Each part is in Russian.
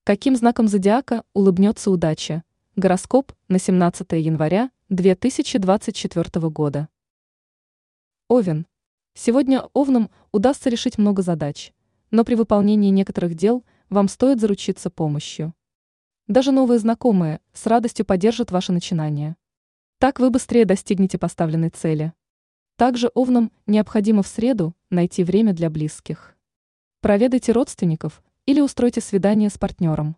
Каким знаком зодиака улыбнется удача? Гороскоп на 17 января 2024 года. Овен. Сегодня Овнам удастся решить много задач, но при выполнении некоторых дел вам стоит заручиться помощью. Даже новые знакомые с радостью поддержат ваше начинание. Так вы быстрее достигнете поставленной цели. Также Овнам необходимо в среду найти время для близких. Проведайте родственников или устройте свидание с партнером.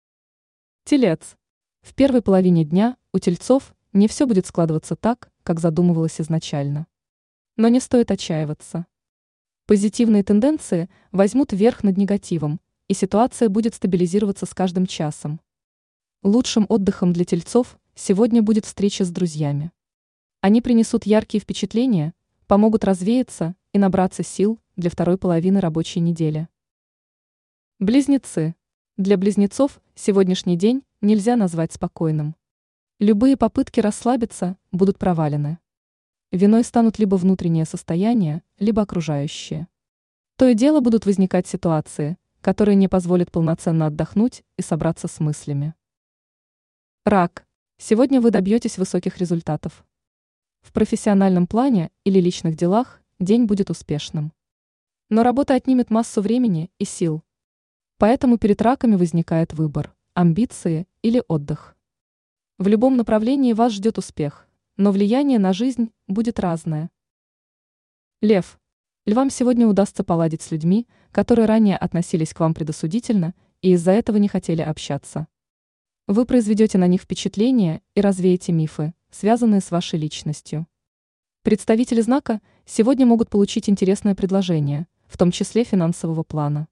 Телец. В первой половине дня у тельцов не все будет складываться так, как задумывалось изначально. Но не стоит отчаиваться. Позитивные тенденции возьмут верх над негативом, и ситуация будет стабилизироваться с каждым часом. Лучшим отдыхом для тельцов сегодня будет встреча с друзьями. Они принесут яркие впечатления, помогут развеяться и набраться сил для второй половины рабочей недели. Близнецы. Для близнецов сегодняшний день нельзя назвать спокойным. Любые попытки расслабиться будут провалены. Виной станут либо внутреннее состояние, либо окружающие. То и дело будут возникать ситуации, которые не позволят полноценно отдохнуть и собраться с мыслями. Рак. Сегодня вы добьетесь высоких результатов. В профессиональном плане или личных делах день будет успешным. Но работа отнимет массу времени и сил. Поэтому перед раками возникает выбор – амбиции или отдых. В любом направлении вас ждет успех, но влияние на жизнь будет разное. Лев. Львам сегодня удастся поладить с людьми, которые ранее относились к вам предосудительно и из-за этого не хотели общаться. Вы произведете на них впечатление и развеете мифы, связанные с вашей личностью. Представители знака сегодня могут получить интересное предложение, в том числе финансового плана.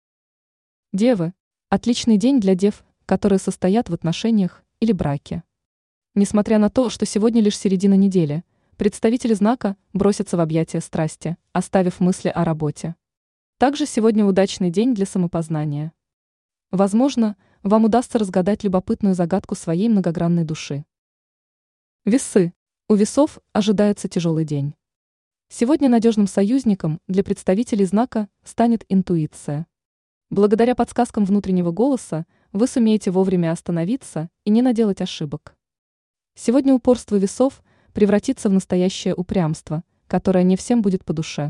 Девы. Отличный день для дев, которые состоят в отношениях или браке. Несмотря на то, что сегодня лишь середина недели, представители знака бросятся в объятия страсти, оставив мысли о работе. Также сегодня удачный день для самопознания. Возможно, вам удастся разгадать любопытную загадку своей многогранной души. Весы. У весов ожидается тяжелый день. Сегодня надежным союзником для представителей знака станет интуиция. Благодаря подсказкам внутреннего голоса вы сумеете вовремя остановиться и не наделать ошибок. Сегодня упорство весов превратится в настоящее упрямство, которое не всем будет по душе.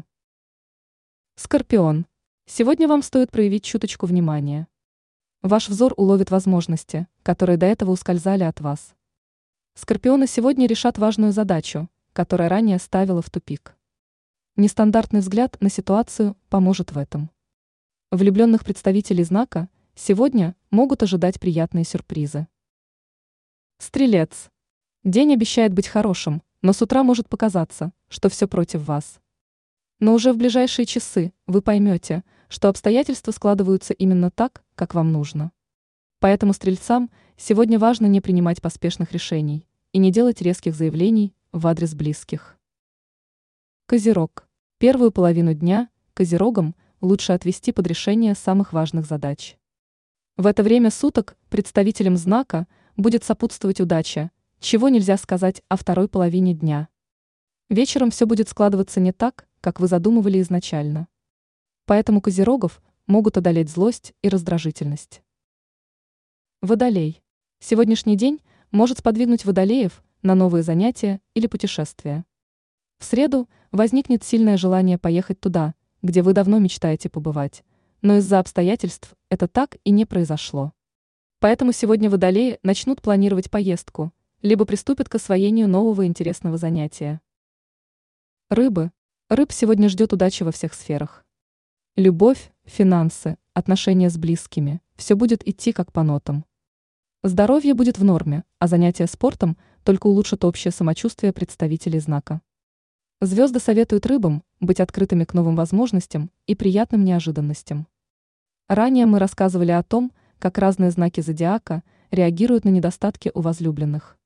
Скорпион. Сегодня вам стоит проявить чуточку внимания. Ваш взор уловит возможности, которые до этого ускользали от вас. Скорпионы сегодня решат важную задачу, которая ранее ставила в тупик. Нестандартный взгляд на ситуацию поможет в этом. Влюбленных представителей знака сегодня могут ожидать приятные сюрпризы. Стрелец. День обещает быть хорошим, но с утра может показаться, что все против вас. Но уже в ближайшие часы вы поймете, что обстоятельства складываются именно так, как вам нужно. Поэтому стрельцам сегодня важно не принимать поспешных решений и не делать резких заявлений в адрес близких. Козерог. Первую половину дня козерогам лучше отвести под решение самых важных задач. В это время суток представителям знака будет сопутствовать удача, чего нельзя сказать о второй половине дня. Вечером все будет складываться не так, как вы задумывали изначально. Поэтому козерогов могут одолеть злость и раздражительность. Водолей. Сегодняшний день может сподвигнуть водолеев на новые занятия или путешествия. В среду возникнет сильное желание поехать туда, где вы давно мечтаете побывать, но из-за обстоятельств это так и не произошло. Поэтому сегодня водолеи начнут планировать поездку, либо приступят к освоению нового интересного занятия. Рыбы. Рыб сегодня ждет удачи во всех сферах. Любовь, финансы, отношения с близкими – все будет идти как по нотам. Здоровье будет в норме, а занятия спортом только улучшат общее самочувствие представителей знака. Звезды советуют рыбам быть открытыми к новым возможностям и приятным неожиданностям. Ранее мы рассказывали о том, как разные знаки зодиака реагируют на недостатки у возлюбленных.